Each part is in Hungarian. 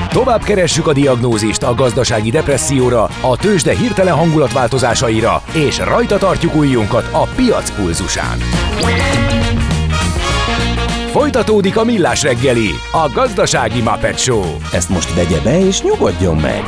Tovább keressük a diagnózist a gazdasági depresszióra, a tőzsde hirtelen hangulatváltozásaira, és rajta tartjuk ujjunkat a piac pulzusán. Folytatódik a Millás reggeli, a gazdasági Muppet Show. Ezt most vegye be és nyugodjon meg!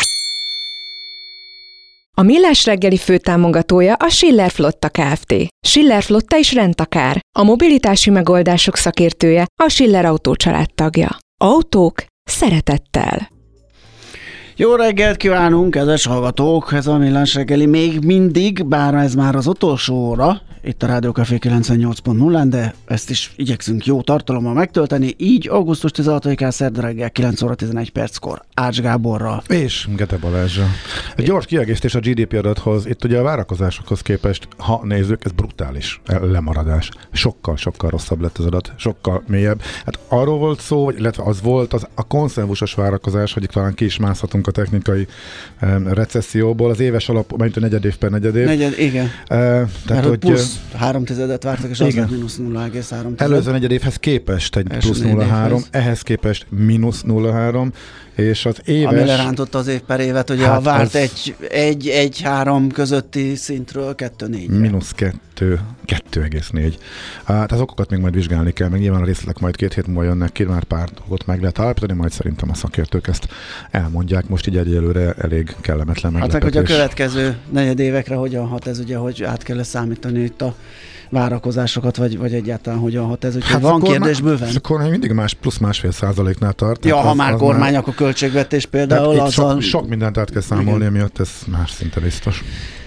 A Millás reggeli főtámogatója a Schiller Flotta Kft. Schiller Flotta is rendtakár. A mobilitási megoldások szakértője, a Schiller Autó család tagja. Autók szeretettel. Jó reggelt kívánunk, kedves hallgatók! Ez a Millás reggeli még mindig, bár ez már az utolsó óra, itt a Rádió Café 98.0-án, de ezt is igyekszünk jó tartalommal megtölteni, így augusztus 16-án szerda reggel 9 óra 11 perckor Ács Gáborral. És Gede Balázsra. Egy gyors kiegészítés a GDP adathoz. Itt ugye a várakozásokhoz képest, ha nézzük, ez brutális lemaradás. Sokkal rosszabb lett az adat, sokkal mélyebb. Hát arról volt szó, illetve az volt a konszenzusos várakozás, hogy talán ki is mászhatunk a technikai recesszióból. Az éves alap, mint a negyedév per negyedév. Igen. Tehát, hogy plusz 3,1 vártak, és az lett mínusz 0,3. Előző negyedévhez képest egy plusz 0,3, ehhez képest mínusz 0,3, és az éves... Ami lerántotta az év per évet, ugye a várt 1-3 közötti szintről 2,4. Mínusz 2,4. Hát az okokat még majd vizsgálni kell, meg nyilván a részletek majd 2 hét múlva jönnek ki, már pár dolgot meg lehet állapítani, majd szerintem a szakértők ezt elmondják, most így egyelőre elég kellemetlen meglepetés. Hát hogy a következő negyedévekre hogyan hat ez, ugye, hogy át kell számítani itt a várakozásokat, vagy egyáltalán hogyan hat ez, úgyhogy hát van kérdés bőven. És akkor mindig plusz 1,5%-nál tart. Ja, ha már kormány, akkor költségvetés például. Hát sok mindent át kell számolni, emiatt ez más szinte biztos.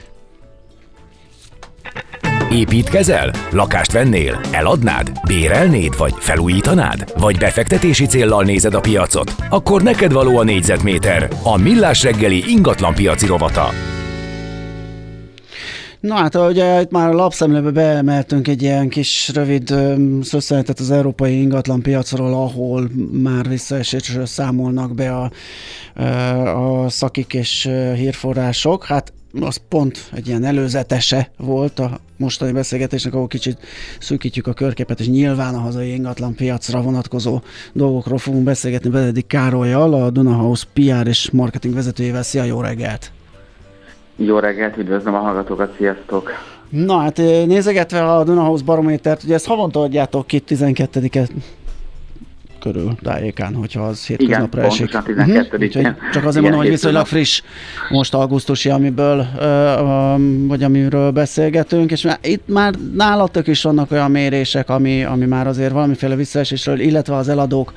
Építkezel? Lakást vennél? Eladnád? Bérelnéd? Vagy felújítanád? Vagy befektetési céllal nézed a piacot? Akkor neked való a négyzetméter, a Millás reggeli ingatlanpiaci rovata. Na hát, ugye itt már a lapszemlébe beemeltünk egy ilyen kis rövid szösszenetet az európai ingatlanpiacról, ahol már visszaesésről számolnak be a szakik és hírforrások. Hát az pont egy ilyen előzetese volt a mostani beszélgetésnek, ahol kicsit szűkítjük a körképet, és nyilván a hazai ingatlanpiacra vonatkozó dolgokról fogunk beszélgetni Benedikt Károllyal, a Dunahouse PR és marketing vezetőjével. Szia, jó reggelt! Jó reggelt, üdvözlöm a hallgatókat, sziasztok! Na hát nézegetve a Dunahouse barométert, ugye ezt havonta adjátok ki 12-e körül tájékán, hogyha az hétköznapra esik. Igen, pontosan 12-én. Csak azért mondom, hogy viszonylag friss most augusztusi, amiről beszélgetünk, és itt már nálatok is vannak olyan mérések, ami már azért valamiféle visszaesésről, illetve az eladók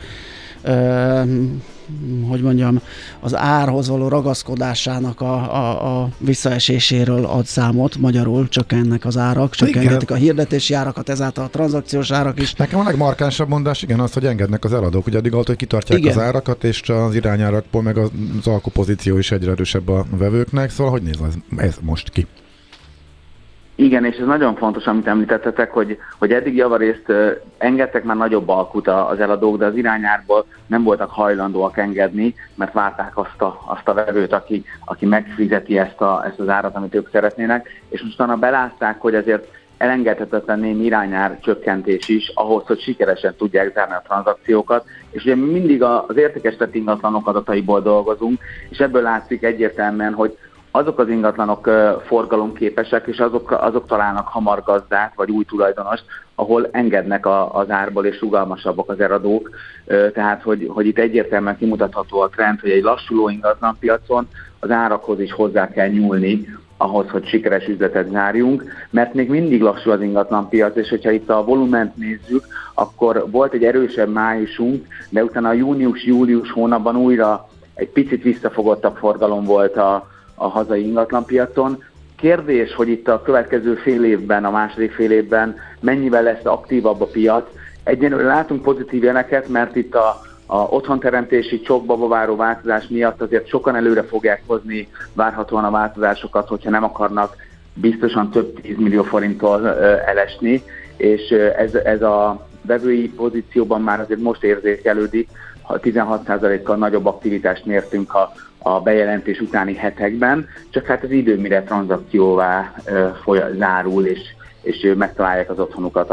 az árhoz való ragaszkodásának a visszaeséséről ad számot, magyarul csökkennek az árak, csökkengetik a hirdetési árakat, ezáltal a tranzakciós árak is. Nekem a legmarkánsabb mondás, igen, az, hogy engednek az eladók, ugye addig hogy kitartják az árakat, és az irányárakból meg az alkupozíció is egyre erősebb a vevőknek, szóval hogy néz ez most ki? Igen, és ez nagyon fontos, amit említettetek, hogy eddig javarészt engedtek már nagyobb alkut az eladók, de az irányárból nem voltak hajlandóak engedni, mert várták azt a vevőt, aki megfizeti ezt az árat, amit ők szeretnének, és mostanra belátták, hogy azért elengedhetetlen némi irányár csökkentés is ahhoz, hogy sikeresen tudják zárni a tranzakciókat, és ugye mi mindig az értékesített ingatlanok adataiból dolgozunk, és ebből látszik egyértelműen, hogy azok az ingatlanok forgalomképesek, és azok találnak hamar gazdát, vagy új tulajdonost, ahol engednek az árból, és rugalmasabbak az eladók. Tehát, hogy itt egyértelműen kimutatható a trend, hogy egy lassuló ingatlanpiacon az árakhoz is hozzá kell nyúlni, ahhoz, hogy sikeres üzletet zárjunk, mert még mindig lassú az ingatlanpiac, és hogyha itt a volument nézzük, akkor volt egy erősebb májusunk, de utána a június-július hónapban újra egy picit visszafogottabb forgalom volt a hazai ingatlanpiacon. Kérdés, hogy itt a következő fél évben, a második fél évben mennyivel lesz aktívabb a piac. Egyenlőre látunk pozitív jeleket, mert itt a otthonteremtési csokba váró változás miatt azért sokan előre fogják hozni várhatóan a változásokat, hogyha nem akarnak biztosan több 10 millió forinttól elesni, és ez a vevői pozícióban már azért most érzékelődik, 16%-kal nagyobb aktivitást mértünk a bejelentés utáni hetekben, csak hát az idő, mire tranzakcióvá zárul, és megtalálják az otthonukat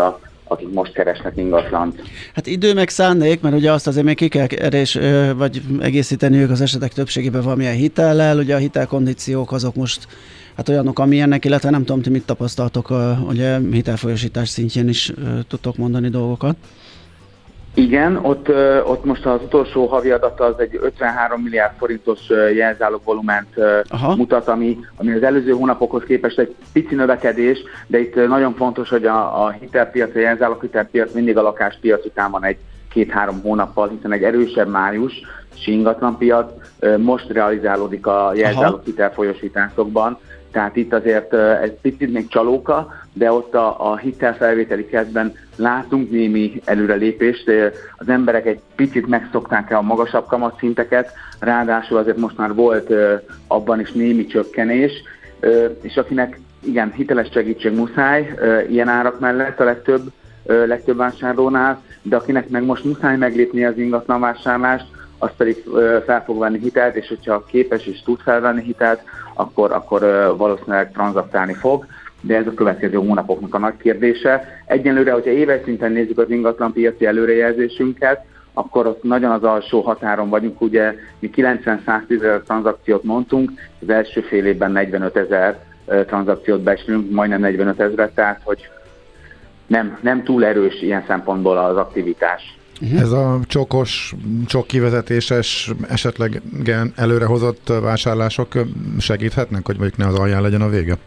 akik most keresnek ingatlant. Hát idő meg szándék, mert ugye azt azért még ki kell vagy egészíteniük az esetek többségében valamilyen hitellel, ugye a hitelkondíciók azok most hát olyanok, amilyennek, illetve nem tudom, ti mit tapasztaltok, ugye hitelfolyósítás szintjén is tudtok mondani dolgokat. Igen, ott most az utolsó havi adata az egy 53 milliárd forintos jelzálogvolument mutat, ami az előző hónapokhoz képest egy pici növekedés, de itt nagyon fontos, hogy a hitelpiac, a jelzáloghitelpiac mindig a lakáspiac után van egy 2-3 hónappal, hiszen egy erősebb május ingatlanpiac most realizálódik a jelzáloghitelfolyósításokban. Tehát itt azért ez picit még csalóka, de ott a hitelfelvételi kezdben látunk némi előrelépést. Az emberek egy picit megszokták el a magasabb kamatszinteket, ráadásul azért most már volt abban is némi csökkenés, és akinek igen, hiteles segítség muszáj, ilyen árak mellett a legtöbb vásárlónál, de akinek meg most muszáj meglépni az ingatlanvásárlást, az pedig fel fog venni hitelt, és hogyha képes és tud felvenni hitelt, akkor valószínűleg tranzaktálni fog, de ez a következő hónapoknak a nagy kérdése. Egyenlőre, hogyha éves szinten nézzük az ingatlanpiaci előrejelzésünket, akkor ott nagyon az alsó határon vagyunk, ugye mi 90-110 ezer tranzakciót mondtunk, az első fél évben 45 ezer tranzakciót becslünk, majdnem 45 ezeret, tehát hogy nem túl erős ilyen szempontból az aktivitás. Ez a csok kivezetéses, esetleg előrehozott vásárlások segíthetnek, hogy mondjuk ne az alján legyen a vége?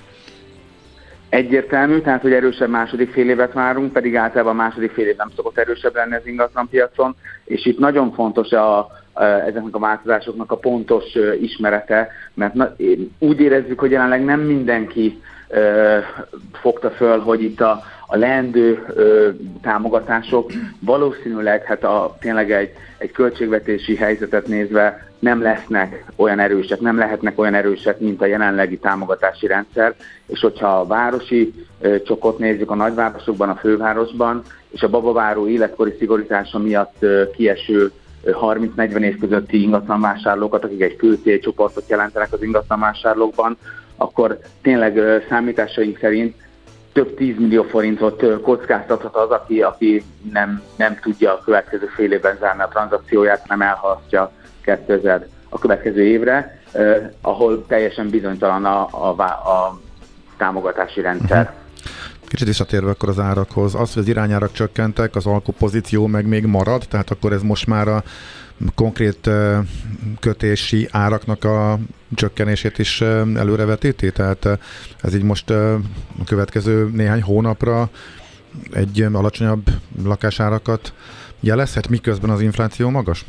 Egyértelmű, tehát hogy erősebb második fél évet várunk, pedig általában a második fél év nem szokott erősebb lenni az ingatlanpiacon, és itt nagyon fontos ezeknek a változásoknak a pontos ismerete, mert úgy érezzük, hogy jelenleg nem mindenki fogta föl, hogy itt a leendő támogatások valószínűleg hát tényleg egy költségvetési helyzetet nézve nem lesznek olyan erősek, nem lehetnek olyan erősek, mint a jelenlegi támogatási rendszer, és hogyha a városi csokot nézzük a nagyvárosokban, a fővárosban, és a babaváró életkori szigorítása miatt kieső 30-40 év közötti ingatlanvásárlókat, akik egy fő célcsoportot jelentenek az ingatlanvásárlókban, akkor tényleg számításaink szerint több 10 millió forintot kockáztathat az, aki nem tudja a következő fél évben zárni a tranzakcióját, nem elhalasztja a következő évre, ahol teljesen bizonytalan a támogatási rendszer. Kicsit visszatérve akkor az árakhoz, az, hogy az irányárak csökkentek, az alkupozíció meg még marad, tehát akkor ez most már a konkrét kötési áraknak a csökkenését is előrevetíti? Tehát ez így most a következő néhány hónapra egy alacsonyabb lakásárakat jelezhet, miközben az infláció magas?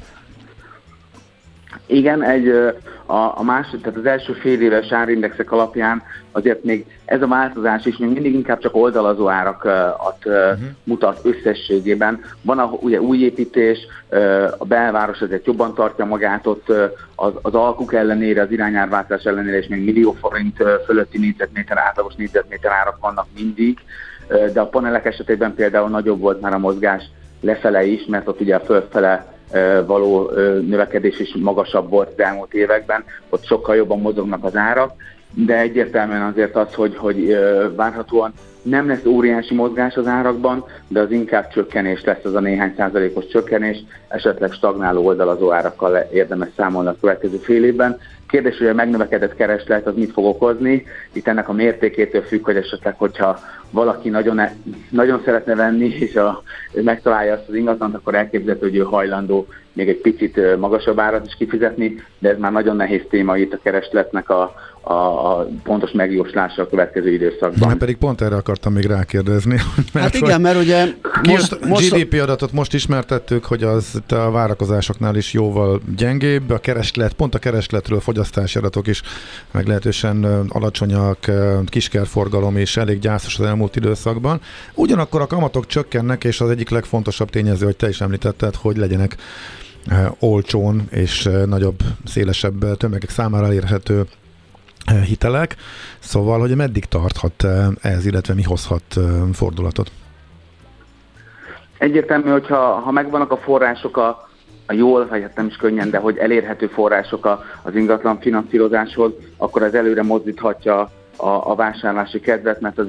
Igen, tehát az első fél éves árindexek alapján azért még ez a változás is még mindig inkább csak oldalazó árakat mutat összességében. Van ugye új építés, a belváros azért jobban tartja magát, ott az alkuk ellenére, az irányárváltás ellenére is még millió forint fölötti négyzetméter, átlagos négyzetméter árak vannak mindig, de a panelek esetében például nagyobb volt már a mozgás lefele is, mert ott ugye a fölfele való növekedés is magasabb volt az elmúlt években, ott sokkal jobban mozognak az árak, de egyértelműen azért az, hogy várhatóan nem lesz óriási mozgás az árakban, de az inkább csökkenés lesz, az a néhány százalékos csökkenés, esetleg stagnáló oldalazó árakkal érdemes számolni a következő fél évben. Kérdés, hogy a megnövekedett kereslet az mit fog okozni, itt ennek a mértékétől függ, hogy esetleg, hogyha valaki nagyon szeretne venni, és megtalálja azt az ingatlant, akkor elképzelhető, hogy ő hajlandó még egy picit magasabb árat is kifizetni, de ez már nagyon nehéz téma itt a keresletnek a pontos megjóslása a következő időszakban. Én pedig pont erre akartam még rákérdezni. Hát igen, mert ugye most GDP adatot most ismertettük, hogy az a várakozásoknál is jóval gyengébb, pont a keresletről fogyasztási adatok is meglehetősen alacsonyak, kiskerforgalom és elég gyászos az elmúlt időszakban. Ugyanakkor a kamatok csökkennek, és az egyik legfontosabb tényező, hogy te is említetted, hogy legyenek olcsón és nagyobb, szélesebb tömegek számára elérhető hitelek. Szóval, hogy meddig tarthat ez, illetve mi hozhat fordulatot? Egyértelmű, hogyha megvannak a források a jól, vagy hát nem is könnyen, de hogy elérhető források az ingatlan finanszírozáshoz, akkor ez előre mozdíthatja a vásárlási kedvet, mert azért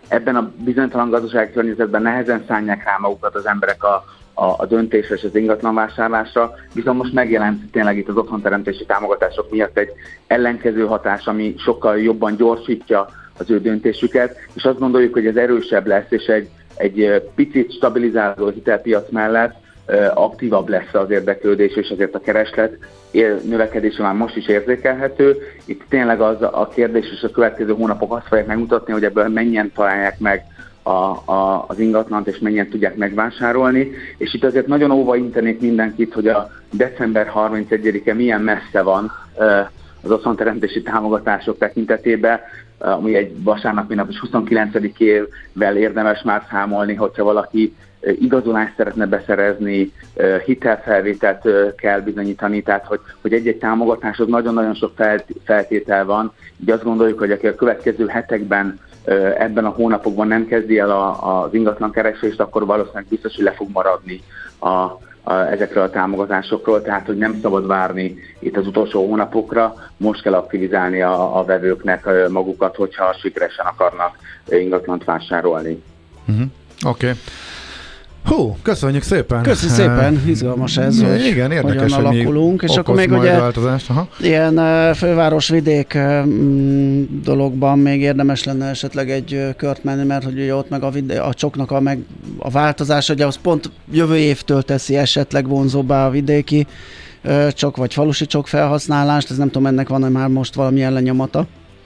ebben a bizonytalan gazdasági környezetben nehezen szánják rá magukat az emberek a döntésre és az ingatlanvásárlásra, viszont most megjelent tényleg itt az otthonteremtési támogatások miatt egy ellenkező hatás, ami sokkal jobban gyorsítja az ő döntésüket, és azt gondoljuk, hogy ez erősebb lesz, és egy picit stabilizáló hitelpiac mellett aktívabb lesz az érdeklődés, és azért a kereslet növekedése már most is érzékelhető. Itt tényleg az a kérdés, és a következő hónapok azt fogják megmutatni, hogy ebből mennyien találják meg az ingatlant, és mennyien tudják megvásárolni. És itt azért nagyon óva intenék mindenkit, hogy a december 31-e milyen messze van az otthonteremtési támogatások tekintetében, ami egy vasárnapi nap és 29-ével érdemes már számolni, hogyha valaki igazolást szeretne beszerezni, hitelfelvételt kell bizonyítani, tehát hogy egy-egy támogatáshoz nagyon-nagyon sok feltétel van, így azt gondoljuk, hogy aki a következő hetekben, ebben a hónapokban nem kezdi el az ingatlan keresést, akkor valószínűleg biztos, hogy le fog maradni ezekről a támogatásokról, tehát hogy nem szabad várni itt az utolsó hónapokra, most kell aktivizálni a vevőknek magukat, hogyha sikeresen akarnak ingatlant vásárolni. Oké. Hú, köszönjük szépen! Köszönjük szépen, izgalmas ez, hogy igen, érdekes, hogyan alakulunk. És akkor még ugye ilyen főváros-vidék dologban még érdemes lenne esetleg egy kört menni, mert hogy ugye ott meg a csoknak a változás, ugye az pont jövő évtől teszi esetleg vonzóbbá a vidéki csok vagy falusi csok felhasználást, ez nem tudom, ennek van-e már most valami ellennyomata?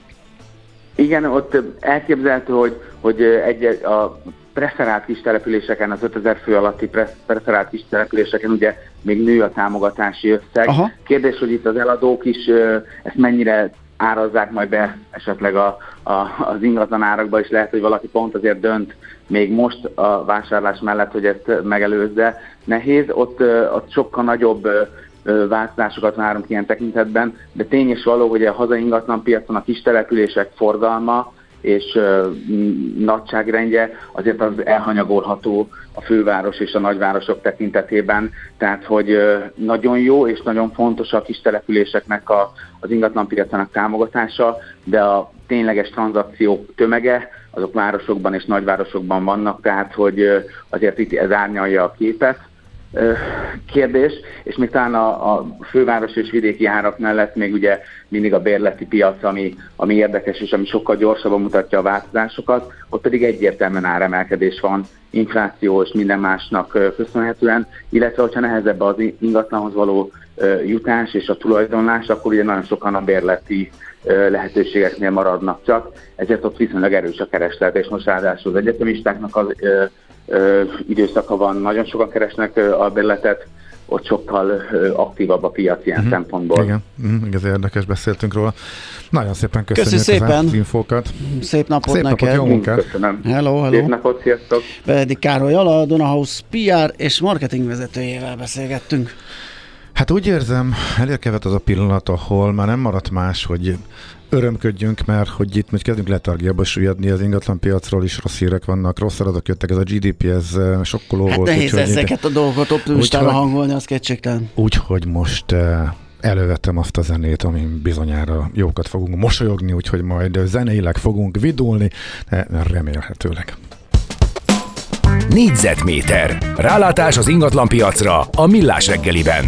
Igen, ott elképzelhető, hogy a preferált kis településeken, az 5000 fő alatti preferált kis településeken ugye még nő a támogatási összeg. Aha. Kérdés, hogy itt az eladók is ezt mennyire árazzák majd be esetleg az ingatlan árakba, és lehet, hogy valaki pont azért dönt még most a vásárlás mellett, hogy ezt megelőzze. Nehéz, ott sokkal nagyobb változásokat várunk ilyen tekintetben, de tény és való, hogy a hazai ingatlan piacon a kis települések forgalma és nagyságrendje azért az elhanyagolható a főváros és a nagyvárosok tekintetében, tehát hogy nagyon jó és nagyon fontos a kis településeknek az ingatlanpiacának támogatása, de a tényleges tranzakciók tömege azok városokban és nagyvárosokban vannak, tehát hogy azért itt ez árnyalja a képet. Kérdés, és még talán a főváros és vidéki árak mellett még ugye mindig a bérleti piac, ami érdekes és ami sokkal gyorsabban mutatja a változásokat, ott pedig egyértelműen áremelkedés van, infláció és minden másnak köszönhetően, illetve hogyha nehezebb az ingatlanhoz való jutás és a tulajdonlás, akkor ugye nagyon sokan a bérleti lehetőségeknél maradnak csak, ezért ott viszonylag erős a kereslet, és most ráadásul az egyetemistáknak az időszaka van, nagyon sokan keresnek albérletet, ott sokkal aktívabb a piac ilyen szempontból. Igen, ez érdekes, beszéltünk róla. Nagyon szépen köszönjük az infókat. Szép napot neked. Jó munkát. Köszönöm. Hello. Szép napot, sziasztok. Beredik Károlyal, a Donahouse PR és marketing vezetőjével beszélgettünk. Hát úgy érzem, elérkezett az a pillanat, ahol már nem maradt más, hogy örömködjünk, mert hogy itt most kezdünk letargiába süllyedni, az ingatlan piacról is rossz hírek vannak, rossz adatok jöttek, ez a GDP, ez sokkoló volt. Nehéz ezeket a dolgokat optimistára hangolni, az kétségtelen. Úgyhogy most elővettem azt a zenét, amin bizonyára jókat fogunk mosolyogni, úgyhogy majd zeneileg fogunk vidulni, remélhetőleg. Négyzetméter. Rálátás az ingatlan piacra a Millás reggeliben.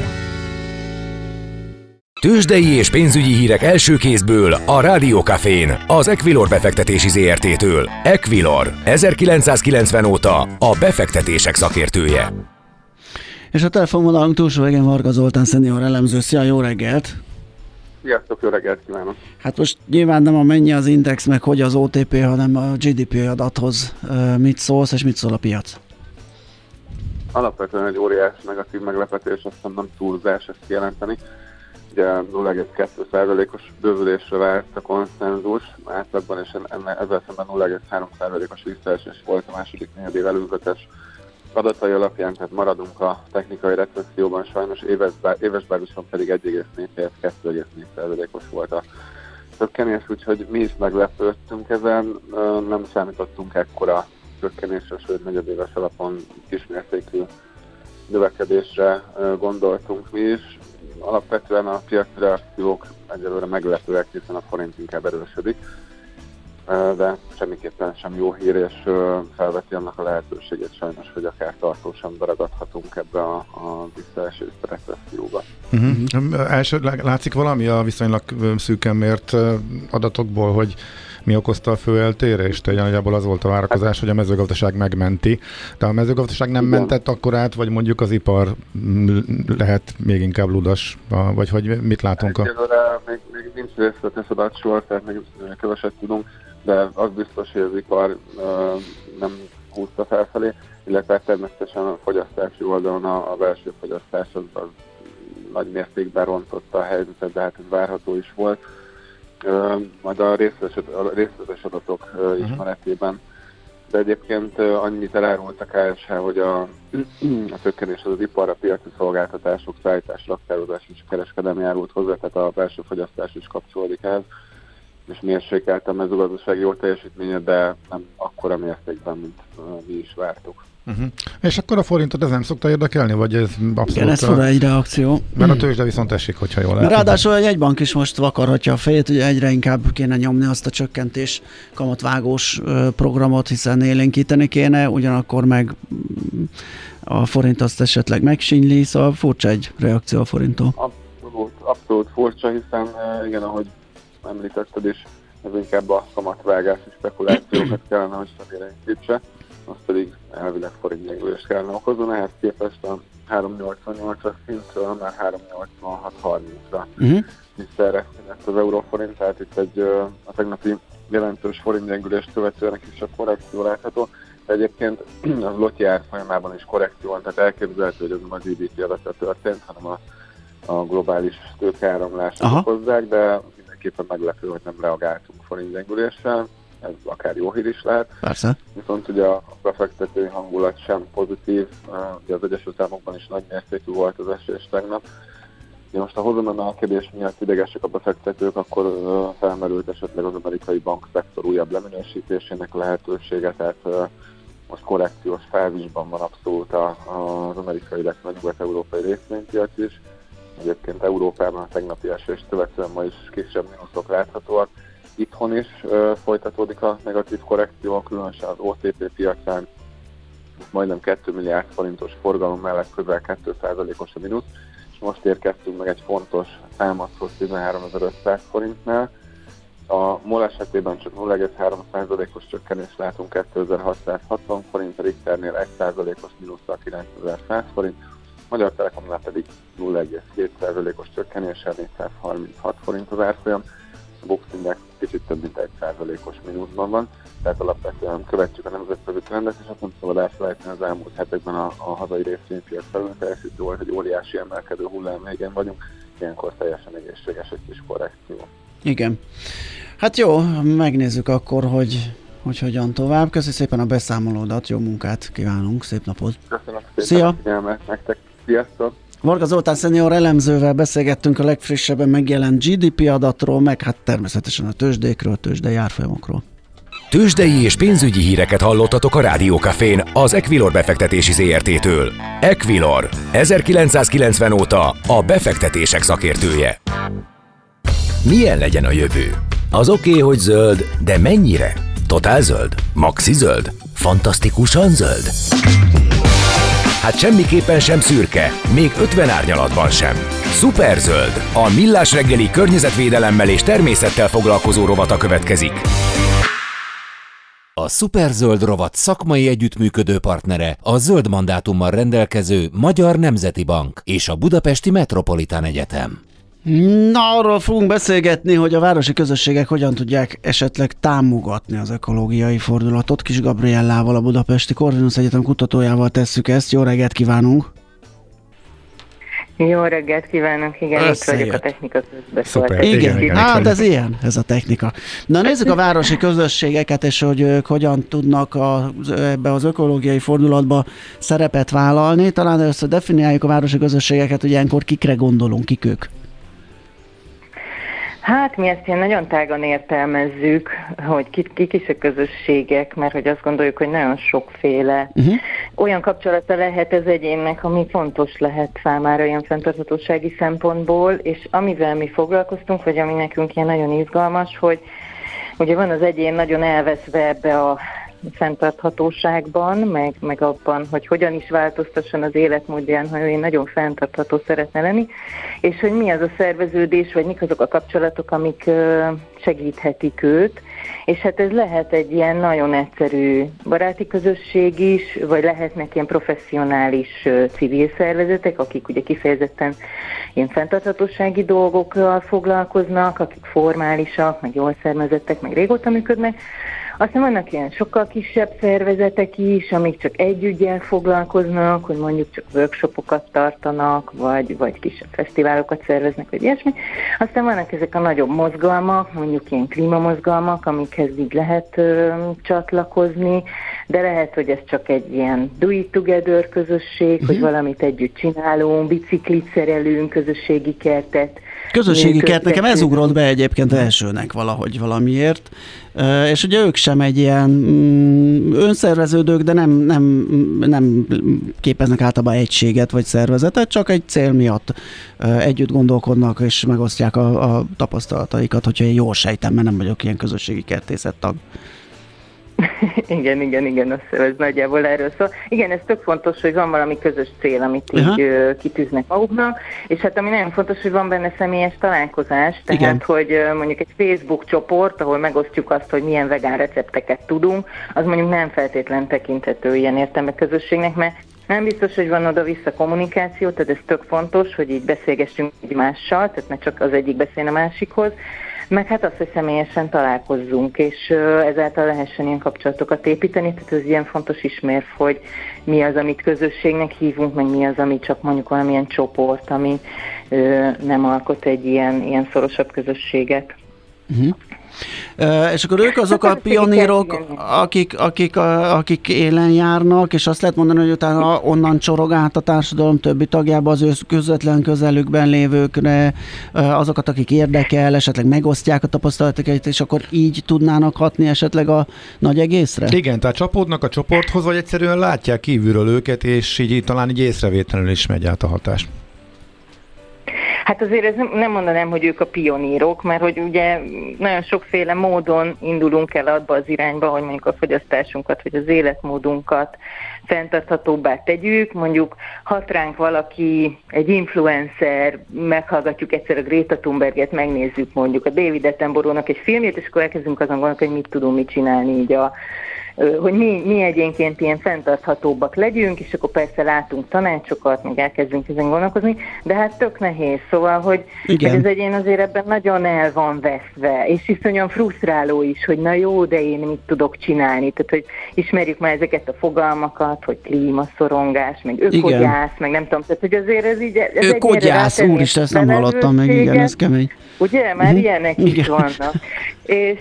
Tőzsdei és pénzügyi hírek első kézből a Rádió Cafén, az Equilor befektetési ZRT-től. Equilor, 1990 óta a befektetések szakértője. És a telefonvonalunk túlsó végén Varga Zoltán szenior elemző. Szia, jó reggelt! Sziasztok, jó reggelt kívánok! Hát most nyilván nem a mennyi az index, meg hogy az OTP, hanem a GDP adathoz mit szólsz, és mit szól a piac? Alapvetően egy óriás negatív meglepetés, aztán nem túlzás ezt jelenteni. Ugye 0,2%-os bővülésre várt a konszenzus átlagban, és ezzel szemben 0,3%-os visszaesés volt a második negyedév előzetes adatai alapján, tehát maradunk a technikai recesszióban, sajnos éves bázison pedig 1,4-2,4%-os volt a csökkenés, úgyhogy mi is meglepődtünk ezen, nem számítottunk ekkora csökkenésre, sőt negyedéves alapon kismértékű növekedésre gondoltunk mi is. Alapvetően a piaci reakciók egyelőre meglepőek, hiszen a forint inkább erősödik. de semmiképpen sem jó hír, és felveti annak a lehetőségét sajnos, hogy akár tartósan beragadhatunk ebbe a visszaesés recesszióba. Látszik valami a viszonylag szűken mért adatokból, hogy mi okozta a fő eltérést? Nagyjából az volt a várakozás, hogy a mezőgazdaság megmenti. De a mezőgazdaság nem mentett akkor át, vagy mondjuk az ipar lehet még inkább ludas? Vagy hogy mit látunk? Még nincs részletes adatsor, tehát még keveset tudunk, de az biztos, hogy az ipar nem húzta felfelé, illetve természetesen a fogyasztási oldalon a belső fogyasztás az nagy mértékben rontotta a helyzetet, de hát ez várható is volt. Majd a részletes adatok ismeretében. De egyébként annyit elárult a KSH, hogy a csökkenés az ipar, a piaci szolgáltatások, szállítás, raktározás és kereskedelmi járult hozzá, tehát a belső fogyasztás is kapcsolódik ehhez, és mérsékelt a mezőgazdasági jó teljesítménye, de nem akkora mértékben, mint mi is vártuk. És akkor a forintot ez nem szokta érdekelni, vagy ez abszolút... Igen, ez fura egy reakció. Mert a tőzsde viszont esik, hogyha jól látom. Ráadásul a jegybank is most vakarhatja a fejét, ugye egyre inkább kéne nyomni azt a csökkentés kamatvágós programot, hiszen élénkíteni kéne, ugyanakkor meg a forint azt esetleg megsínyli, szóval furcsa egy reakció a forinttól. Abszolút furcsa, hiszen igen, ahogy említetted is, ez inkább a kamatvágás és spekulációkat kellene, hogy élénkítse, az pedig elvileg forintgyengülést kellene okozni, ehhez képest a 3,88-as szintről már 3,86-30-ra visszaereszkedett az euróforint, tehát itt a tegnapi jelentős forintgyengülést követően egy kisebb korrekció látható, de egyébként a zloty árfolyamában is korrekció van, tehát elképzelhető, hogy ez nem a GDP adatra történt, hanem a globális tőkeáramlások okozzák, de mindenképpen meglepő, hogy nem reagáltunk forintgyengüléssel. Ez akár jó hír is lehet. Persze. Viszont ugye a befektetői hangulat sem pozitív, ugye az Egyesült Államokban is nagy mértékű volt az esés tegnap. De most a hozamemelkedés miatt idegesek a befektetők, akkor felmerült esetleg az amerikai bankszektor újabb leminősítésének lehetősége, tehát most korrekciós fázisban van abszolút az amerikai, illetve a nyugat-európai részvénypiac is. Egyébként Európában a tegnapi esést követően ma is kisebb mínuszok láthatóak. Itthon is folytatódik a negatív korrekció, különösen az OTP piacán majdnem 2 milliárd forintos forgalom mellett közel 2%-os a mínusz, és most érkeztünk meg egy fontos támaszhoz 13.500 forintnál. A MOL esetében csak 0,3%-os csökkenést látunk 2660 forint, a Richternél 1%-os mínusszal 9100 forint, Magyar Telekomnál pedig 0,2%-os csökkenéssel 436 forint az árfolyam. A Bux Index kicsit több mint 1%-os mínuszban van, tehát alapvetően követjük a nemzetközi trendet, és azt nem szabad elfelejteni, az elmúlt hetekben a hazai részvénypiac felül teljesítő volt, hogy óriási emelkedő hullám végén vagyunk, ilyenkor teljesen egészséges egy kis korrekció. Igen. Hát jó, megnézzük akkor, hogy hogyan tovább. Köszönjük szépen a beszámolódat, jó munkát kívánunk, szép napot! Köszönöm szépen Szia. a figyelmet nektek, sziasztok! Varga Zoltán szenior elemzővel beszélgettünk a legfrissebben megjelent GDP adatról, meg hát természetesen a tőzsdékről, tőzsdei árfolyamokról. Tőzsdei és pénzügyi híreket hallottatok a Rádiókafén az Equilor befektetési ZRT-től. Equilor, 1990 óta a befektetések szakértője. Milyen legyen a jövő? Az oké, hogy zöld, de mennyire? Totál zöld? Maxi zöld? Fantasztikusan zöld? Hát semmiképpen sem szürke, még 50 árnyalatban sem. Szuperzöld, a Millás reggeli környezetvédelemmel és természettel foglalkozó rovata következik. A Szuperzöld rovat szakmai együttműködő partnere a zöld mandátummal rendelkező Magyar Nemzeti Bank és a Budapesti Metropolitán Egyetem. Na, arról fogunk beszélgetni, hogy a városi közösségek hogyan tudják esetleg támogatni az ökológiai fordulatot. Kis Gabriellával, a Budapesti Corvinus Egyetem kutatójával tesszük ezt. Jó reggelt kívánunk! Jó reggelt kívánok, igen, itt vagyok a technika közbeszólt. Igen, hát ez ilyen, ez a technika. Na nézzük a városi közösségeket, és hogy ők hogyan tudnak ebbe az ökológiai fordulatba szerepet vállalni. Talán először definiáljuk a városi közösségeket, hogy ilyenkor kikre gondolunk, kik ők? Hát mi ezt ilyen nagyon tágan értelmezzük, hogy kik is a közösségek, mert hogy azt gondoljuk, hogy nagyon sokféle olyan kapcsolata lehet az egyénnek, ami fontos lehet számára ilyen fenntarthatósági szempontból, és amivel mi foglalkoztunk, vagy ami nekünk ilyen nagyon izgalmas, hogy ugye van az egyén nagyon elveszve ebbe a fenntarthatóságban, meg abban, hogy hogyan is változtasson az életmódján, ha ő nagyon fenntartható szeretne lenni, és hogy mi az a szerveződés, vagy mik azok a kapcsolatok, amik segíthetik őt, és hát ez lehet egy ilyen nagyon egyszerű baráti közösség is, vagy lehetnek ilyen professzionális civil szervezetek, akik ugye kifejezetten ilyen fenntarthatósági dolgokkal foglalkoznak, akik formálisak, meg jól szervezettek, meg régóta működnek. Aztán vannak ilyen sokkal kisebb szervezetek is, amik csak egy üggyel foglalkoznak, hogy mondjuk csak workshopokat tartanak, vagy kisebb fesztiválokat szerveznek, vagy ilyesmi. Aztán vannak ezek a nagyobb mozgalmak, mondjuk ilyen klímamozgalmak, amikhez így lehet csatlakozni, de lehet, hogy ez csak egy ilyen do it together közösség, hogy valamit együtt csinálunk, biciklit szerelünk, közösségi kertet. Közösségi kert, nekem ez ugrott be egyébként elsőnek valahogy valamiért, és ugye ők sem egy ilyen önszerveződők, de nem képeznek általában egységet vagy szervezetet, csak egy cél miatt együtt gondolkodnak és megosztják a tapasztalataikat, hogyha én jól sejtem, mert nem vagyok ilyen közösségi kertészet tag. Igen, ez nagyjából erről szól. Igen, ez tök fontos, hogy van valami közös cél, amit így kitűznek maguknak, és hát ami nagyon fontos, hogy van benne személyes találkozás, tehát igen. Hogy mondjuk egy Facebook csoport, ahol megosztjuk azt, hogy milyen vegán recepteket tudunk, az mondjuk nem feltétlen tekinthető ilyen értelme közösségnek, mert nem biztos, hogy van oda-vissza kommunikáció, tehát ez tök fontos, hogy így beszélgessünk egymással, tehát ne csak az egyik beszélne a másikhoz, meg hát az, hogy személyesen találkozzunk, és ezáltal lehessen ilyen kapcsolatokat építeni, tehát ez ilyen fontos ismérv, hogy mi az, amit közösségnek hívunk, meg mi az, ami csak mondjuk valamilyen csoport, ami nem alkot egy ilyen szorosabb közösséget. Uh-huh. És akkor ők azok a pionírok, akik élen járnak, és azt lehet mondani, hogy utána onnan csorog át a társadalom többi tagjába az ő közvetlen közelükben lévőkre, azokat, akik érdekel, esetleg megosztják a tapasztalatokat, és akkor így tudnának hatni esetleg a nagy egészre? Igen, tehát csapódnak a csoporthoz, vagy egyszerűen látják kívülről őket, és így talán így észrevétlenül is megy át a hatás. Hát azért ez nem mondanám, hogy ők a pionírok, mert hogy ugye nagyon sokféle módon indulunk el abba az irányba, hogy mondjuk a fogyasztásunkat, vagy az életmódunkat fenntarthatóbbá tegyük. Mondjuk hat ránk valaki, egy influencer, meghallgatjuk egyszer a Greta Thunberget, megnézzük mondjuk a David Attenborough-nak egy filmjét, és akkor elkezdünk azon gondolni, hogy mit tudunk mit csinálni így hogy mi egyénként ilyen fenntarthatóbbak legyünk, és akkor persze látunk tanácsokat, meg elkezdünk ezen gondolkozni, de hát tök nehéz, szóval, hogy az egyén azért ebben nagyon el van veszve, és iszonyan frusztráló is, hogy na jó, de én mit tudok csinálni, tehát hogy ismerjük már ezeket a fogalmakat, hogy klímaszorongás, meg ökogyász, meg nem tudom, tehát hogy azért ez így... Ökogyász, úristen, ezt nem hallottam meg, igen, ez kemény. Ugye? Már ilyenek is vannak. És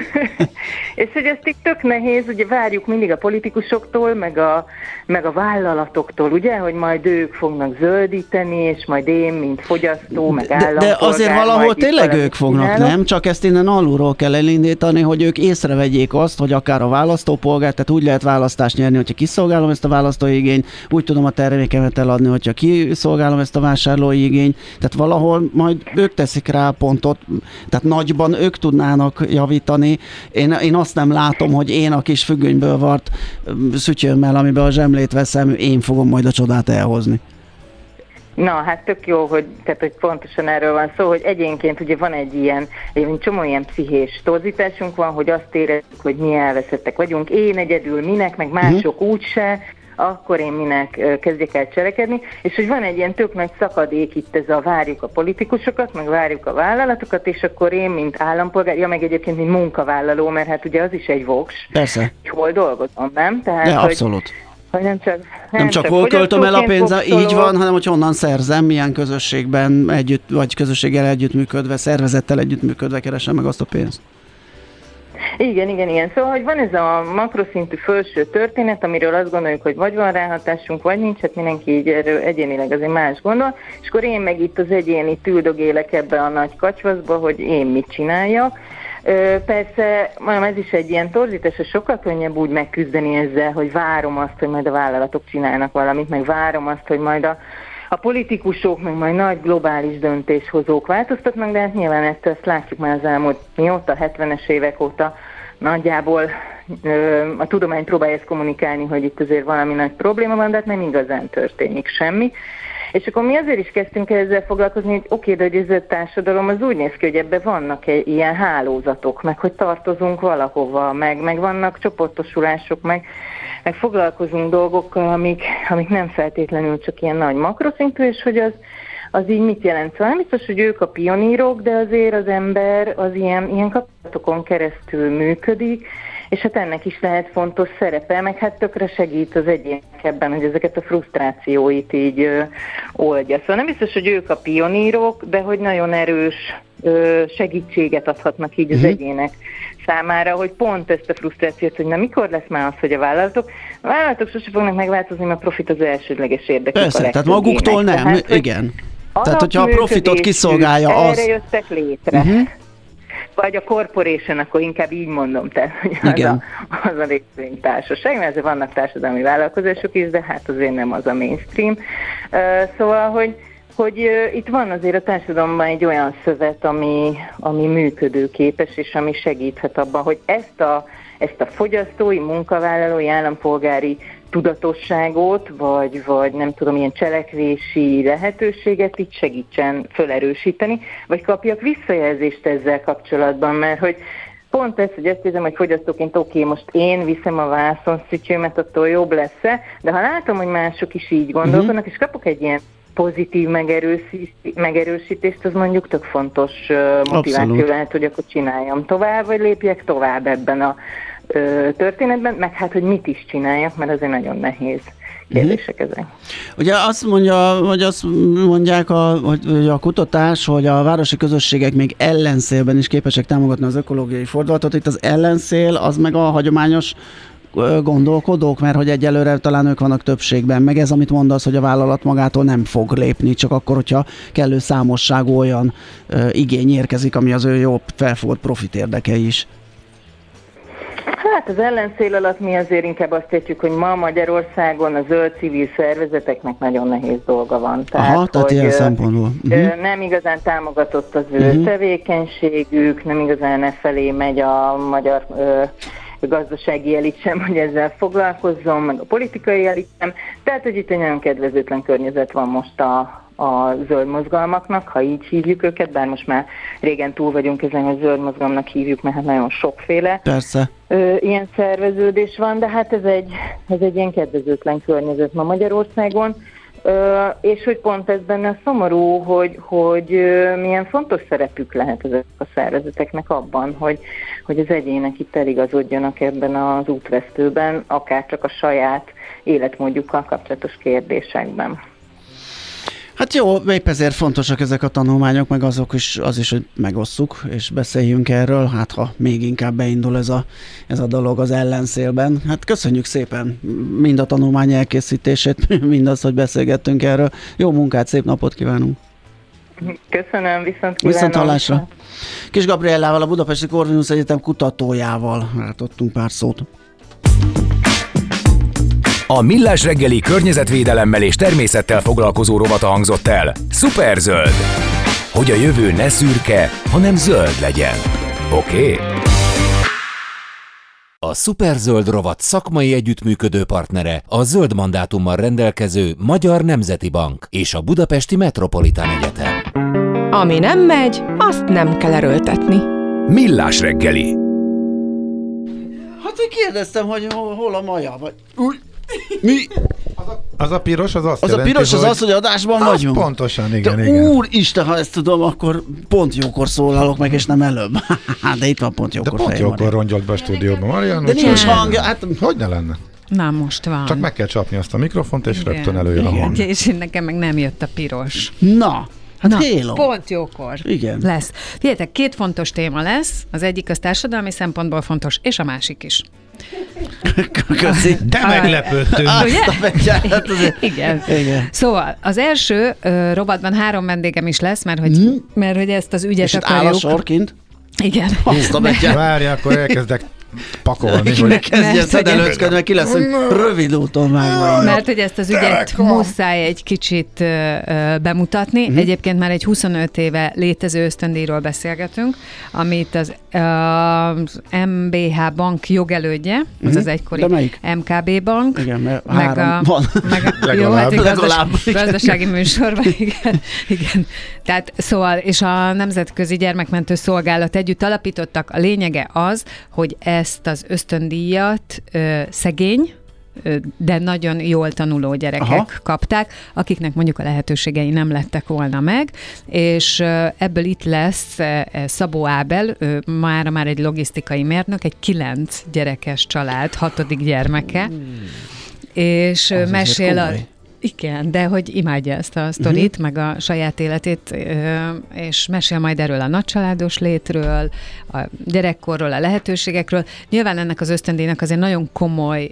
hogy ezt így tök nehéz, ugye várjuk mindig a politikusoktól, meg a vállalatoktól, ugye, hogy majd ők fognak zöldíteni, és majd én, mint fogyasztó, meg állampolgár... De azért valahol tényleg ők fognak, csinálok. Nem? Csak ezt innen alulról kell elindítani, hogy ők észrevegyék azt, hogy akár a választópolgár, tehát úgy lehet választást nyerni, hogyha kiszolgálom ezt a választói igényt, úgy tudom a termékemet eladni, hogyha kiszolgálom ezt a vásárlói igényt, tehát valahol majd ők teszik rá pontot, tehát nagyban ők tudnának javítani. Én azt nem látom, hogy én a kis függönyből vart szütyőmmel, amiben a zsemlét veszem, én fogom majd a csodát elhozni. Na, hát tök jó, hogy pontosan erről van szó, hogy egyénként ugye van egy csomó ilyen pszichés torzításunk van, hogy azt érezzük, hogy mi elveszettek vagyunk, én egyedül minek, meg mások úgyse, akkor én minek kezdjek el cselekedni, és hogy van egy ilyen tök nagy szakadék itt, ez a várjuk a politikusokat, meg várjuk a vállalatokat, és akkor én, mint állampolgár, meg egyébként, mint munkavállaló, mert hát ugye az is egy voks. Persze. Hol dolgozom, nem? Tehát, de abszolút. Hogy nem csak hol költöm el a pénzt, így van, hanem hogy honnan szerzem, milyen közösségben együtt, vagy közösséggel együttműködve, szervezettel együttműködve keresem meg azt a pénzt. Igen. Szóval, hogy van ez a makroszintű felső történet, amiről azt gondoljuk, hogy vagy van ráhatásunk, vagy nincs, hát mindenki így erről egyénileg azért más gondol, és akkor én meg itt az egyéni tüldögélek ebbe a nagy kacsvaszba, hogy én mit csináljak. Persze, mondom, ez is egy ilyen torzítás, és sokkal könnyebb úgy megküzdeni ezzel, hogy várom azt, hogy majd a vállalatok csinálnak valamit, meg várom azt, hogy majd a a politikusok, meg majd nagy globális döntéshozók változtatnak, de hát nyilván ezt látjuk már az elmúlt mióta, 70-es évek óta nagyjából a tudomány próbálja ezt kommunikálni, hogy itt azért valami nagy probléma van, de hát nem igazán történik semmi. És akkor mi azért is kezdtünk ezzel foglalkozni, hogy oké, de hogy ez a társadalom az úgy néz ki, hogy ebben vannak ilyen hálózatok, meg hogy tartozunk valahova, meg vannak csoportosulások, meg foglalkozunk dolgokkal, amik nem feltétlenül csak ilyen nagy makroszintű, és hogy az így mit jelent. Szóval nem biztos, hogy ők a pionírok, de azért az ember az ilyen kapcsolatokon keresztül működik, és hát ennek is lehet fontos szerepe, meg hát tökre segít az egyének ebben, hogy ezeket a frusztrációit így oldja. Szóval nem biztos, hogy ők a pionírok, de hogy nagyon erős segítséget adhatnak így az egyének számára, hogy pont ezt a frusztrációt, hogy na mikor lesz már az, hogy a vállalatok sose fognak megváltozni, mert a profit az elsődleges érdekük. Persze, tehát maguktól nem, tehát, igen. Tehát, hogyha a profitot kiszolgálja az... Erre jöttek létre. Vagy a corporation, akkor inkább így mondom, tehát hogy az a részvénytársaság, mert azért vannak társadalmi vállalkozások is, de hát azért nem az a mainstream. Szóval, hogy itt van azért a társadalomban egy olyan szövet, ami működőképes, és ami segíthet abban, hogy ezt a fogyasztói, munkavállalói, állampolgári tudatosságot, vagy nem tudom, ilyen cselekvési lehetőséget így segítsen felerősíteni, vagy kapjak visszajelzést ezzel kapcsolatban, mert hogy pont ez, hogy azt érzem, hogy fogyasztóként oké, most én viszem a vászonszütyőmet, attól jobb lesz-e, de ha látom, hogy mások is így gondolkodnak, és kapok egy ilyen pozitív megerősítést, az mondjuk tök fontos motiváció lehet, hogy akkor csináljam tovább, vagy lépjek tovább ebben a történetben, meg hát, hogy mit is csináljak, mert azért nagyon nehéz kérdések ezek. Ugye azt mondják hogy a kutatás, hogy a városi közösségek még ellenszélben is képesek támogatni az ökológiai fordulatot. Itt az ellenszél, az meg a hagyományos gondolkodók, mert hogy egyelőre talán ők vannak többségben, meg ez, amit mondasz, hogy a vállalat magától nem fog lépni, csak akkor, hogyha kellő számosságú olyan igény érkezik, ami az ő jó felfogott profit érdeke is. Hát az ellenszél alatt mi azért inkább azt értjük, hogy ma Magyarországon a zöld civil szervezeteknek nagyon nehéz dolga van. Tehát ilyen szempontból. Nem igazán támogatott az ő tevékenységük, nem igazán felé megy a magyar gazdasági elit sem, hogy ezzel foglalkozzon, meg a politikai elit sem. Tehát, hogy itt egy nagyon kedvezőtlen környezet van most a zöld mozgalmaknak, ha így hívjuk őket, bár most már régen túl vagyunk ezen, hogy zöld mozgalomnak hívjuk, mert hát nagyon sokféle ilyen szerveződés van, de hát ez egy ilyen kedvezőtlen környezet ma Magyarországon, és hogy pont ez benne szomorú, hogy milyen fontos szerepük lehet ezek a szervezeteknek abban, hogy az egyének itt eligazodjanak ebben az útvesztőben, akár csak a saját életmódjukkal kapcsolatos kérdésekben. Hát jó, épp ezért fontosak ezek a tanulmányok, meg az is, hogy megosszuk, és beszéljünk erről, hát ha még inkább beindul ez a dolog az ellenszélben. Hát köszönjük szépen mind a tanulmány elkészítését, mindaz, hogy beszélgettünk erről. Jó munkát, szép napot kívánunk! Köszönöm, viszont hallásra! Kis Gabriellával, a Budapesti Corvinus Egyetem kutatójával látottunk pár szót. A Millás reggeli környezetvédelemmel és természettel foglalkozó rovata hangzott el. Szuperzöld! Hogy a jövő ne szürke, hanem zöld legyen. Oké? A Szuperzöld rovat szakmai együttműködő partnere a zöld mandátummal rendelkező Magyar Nemzeti Bank és a Budapesti Metropolitán Egyetem. Ami nem megy, azt nem kell erőltetni. Millás reggeli. Hát én kérdeztem, hogy hol a maja, vagy... Mi? Az a piros, az azt jelenti, a piros az hogy adásban vagyunk. Pontosan, igen. Úristen, ha ezt tudom, akkor pont jókor szólalok meg, és nem előbb. De itt van pont jókor. De pont jókor rongyolt be a stúdióban, Marian. De nincs hangja. Hát... Hogy ne lenne? Na, most van. Csak meg kell csapni azt a mikrofont, és rögtön előjön a hang. És nekem meg nem jött a piros. Na, Héló. Pont jókor. Igen. Lesz. Figyeljetek, 2 fontos téma lesz. Az egyik az társadalmi szempontból fontos, és a másik is. Köszi. De meglepődtünk. Igen. Szóval az első rovatban 3 vendégem is lesz, mert hogy ezt az ügyet és akarjuk. És áll a sorként? Igen. Várja, akkor elkezdek pakolni. Ne kezdjen szedelőcködni, mert ki leszünk rövid úton vágva. Mert hogy ezt az ügyet muszáj egy kicsit bemutatni. Egyébként már egy 25 éve létező ösztöndíjról beszélgetünk, amit az MBH Bank jogelődje, az az egykori MKB Bank. Igen, mert három van. Jó, hát gazdasági műsorban, igen. Tehát szóval, és a Nemzetközi Gyermekmentő Szolgálat együtt alapítottak. A lényege az, hogy ezt az ösztöndíjat szegény, de nagyon jól tanuló gyerekek kapták, akiknek mondjuk a lehetőségei nem lettek volna meg, és ebből itt lesz Szabó Ábel, már egy logisztikai mérnök, egy 9 gyerekes család, 6. gyermeke, és mesél igen, de hogy imádja ezt a sztorit, meg a saját életét, és mesél majd erről a nagycsaládos létről, a gyerekkorról, a lehetőségekről. Nyilván ennek az ösztöndíjnak azért nagyon komoly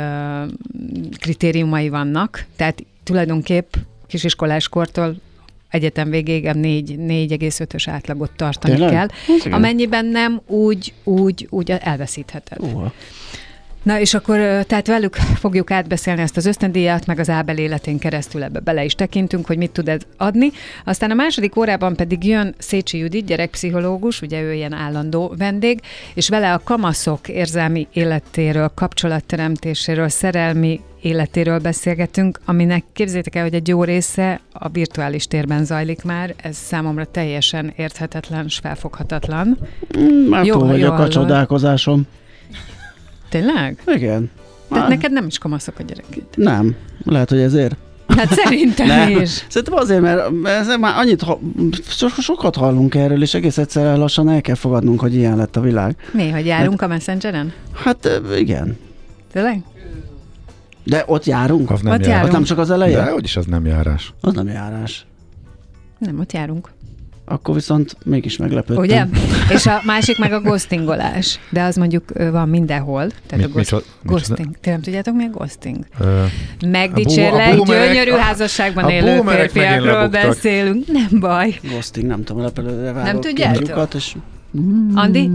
kritériumai vannak, tehát tulajdonképp kisiskoláskortól egyetem végéig 4,5-ös átlagot tartani kell. Amennyiben nem, úgy elveszítheted. Na és akkor tehát velük fogjuk átbeszélni ezt az ösztöndíjat, meg az Ábel életén keresztül ebbe bele is tekintünk, hogy mit tud ez adni. Aztán a második órában pedig jön Szécsi Judit, gyerekpszichológus, ugye ő ilyen állandó vendég, és vele a kamaszok érzelmi életéről, kapcsolatteremtéséről, szerelmi életéről beszélgetünk, aminek képzeljétek el, hogy egy jó része a virtuális térben zajlik már, ez számomra teljesen érthetetlen és felfoghatatlan. Már túl vagyok a csodálkozásom. Tényleg? Igen. Tehát neked nem is kamaszok a gyerekét? Nem. Lehet, hogy ezért. Hát szerintem is. Szerintem azért, mert már annyit, sokat hallunk erről, és egész egyszerűen lassan el kell fogadnunk, hogy ilyen lett a világ. Mi, hogy járunk a Messengeren? Hát igen. Tényleg? De ott járunk? Az nem ott járunk. Ott nem csak az elején? De úgyis az nem járás. Az nem járás. Nem, ott járunk. Akkor viszont mégis meglepődtem. Ugye? És a másik meg a ghostingolás. De az mondjuk van mindenhol. Tehát ghosting. Ti nem tudjátok, mi a ghosting? Megdicsérlek, gyönyörű házasságban élő férfiakról beszélünk. Nem baj. Ghosting, nem tudom, lepelőre várok. Nem tudjátok? És... Andi?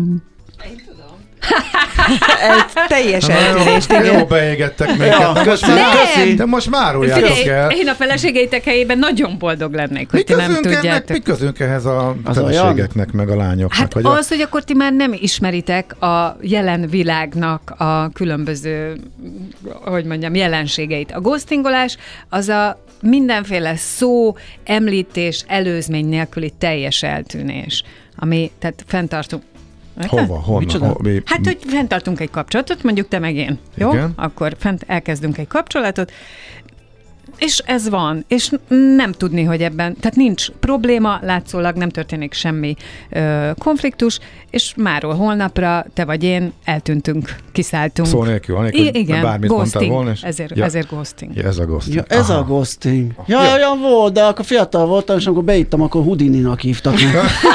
Egy teljes eltűnést, igen. Jó, beégettek minket. De most már újjátok el. Én a feleségeitek helyében nagyon boldog lennék, hogy ti nem tudjátok. Mi közünk ehhez a feleségeknek, meg a lányoknak? Hát az, hogy akkor ti már nem ismeritek a jelen világnak a különböző, hogy mondjam, jelenségeit. A ghostingolás az a mindenféle szó, említés, előzmény nélküli teljes eltűnés, ami, tehát fenntartunk. Hova? Hát, hogy fenntartunk egy kapcsolatot, mondjuk te meg én. Jó? Igen. Akkor elkezdünk egy kapcsolatot, és ez van, és nem tudni, hogy ebben, tehát nincs probléma, látszólag nem történik semmi konfliktus, és máról holnapra te vagy én eltűntünk, kiszálltunk. Szó nélkül, anélkül, igen, bármit mondtál volna. És... Ezért ghosting. Ja, ez a ghosting. Ja, ez a ghosting. Ja, olyan volt, de akkor fiatal voltam, és amikor beittam, akkor Houdininak hívtak meg.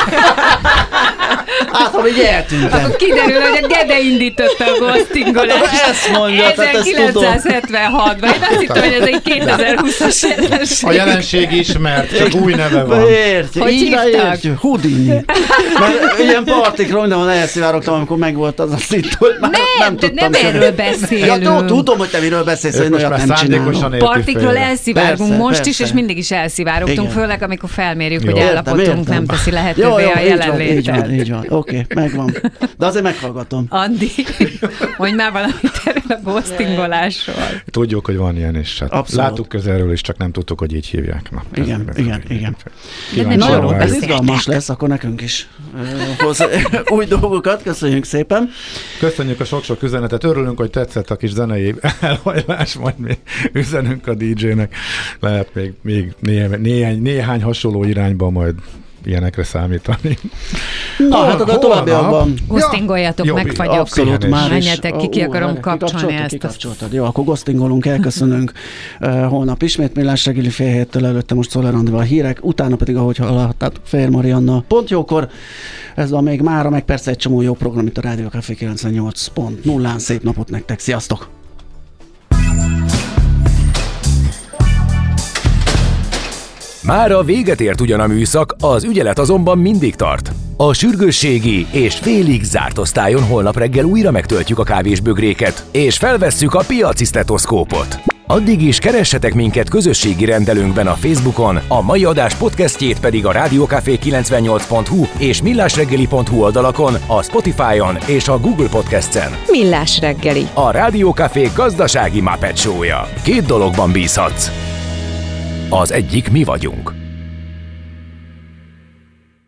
Hát, ha így eltűntem. Akkor kiderül, hogy a Gede indította a ghostingolást. Hát, ezt mondja, 1976-ban. Én azt hittem, hogy ez egy 2020-as jelenség. A jelenség ismert, csak új neve van. Értjük, hogy hívták? Houdini. Mert ilyen partikról mindenhol elszivárogtam, amikor megvolt az a szint, hogy már nem tudtam. Nem erről beszélünk. Ja, tudom, hogy te miről beszélsz, hogy olyat nem csinálom. Partikról elszivárgunk most is, és mindig is elszivárogtunk, főleg amikor felmérjük, hogy állapotunk nem teszi lehetővé a jelenlétet. Így van. Oké, megvan. De azért meghallgatom. Andi, mondj már valamit erről a ghostingolásról. Tudjuk, hogy van ilyen, és hát láttuk közelről, és csak nem tudtuk, hogy így hívják. Na, igen. Nagyon ez izgalmas lesz, akkor nekünk is hoz új dolgokat. Köszönjük szépen. Köszönjük a sok-sok üzenetet. Örülünk, hogy tetszett a kis zenei elhajlás, majd még üzenünk a DJ-nek. Lehet még néhány hasonló irányba majd ilyenekre számítani. Na, hát a továbbiakban. Ghostingoljatok, megfagyok. Abszolút már is. Menjetek, ki akarom kapcsolni ezt. Kikapcsoltad. Jó, akkor ghostingolunk, elköszönünk. Holnap ismét Millás reggeli 6:30 előtte most Szoller Andival hírek, utána pedig, ahogy hallhattátok, Fehér Marianna pont jókor. Ez van még mára, meg persze egy csomó jó program itt a Rádió Café 98.0-án. Szép napot nektek, sziasztok! Mára véget ért ugyan a műszak, az ügyelet azonban mindig tart. A sürgősségi és félig zárt osztályon holnap reggel újra megtöltjük a kávésbögréket, és felvesszük a piaci sztetoszkópot. Addig is keressetek minket közösségi rendelőnkben a Facebookon, a mai adás podcastjét pedig a rádiókafé98.hu és millásreggeli.hu oldalakon, a Spotify-on és a Google Podcast-en. Millás reggeli. A Rádiókafé gazdasági Muppet Show-ja. 2 dologban bízhatsz. Az egyik mi vagyunk.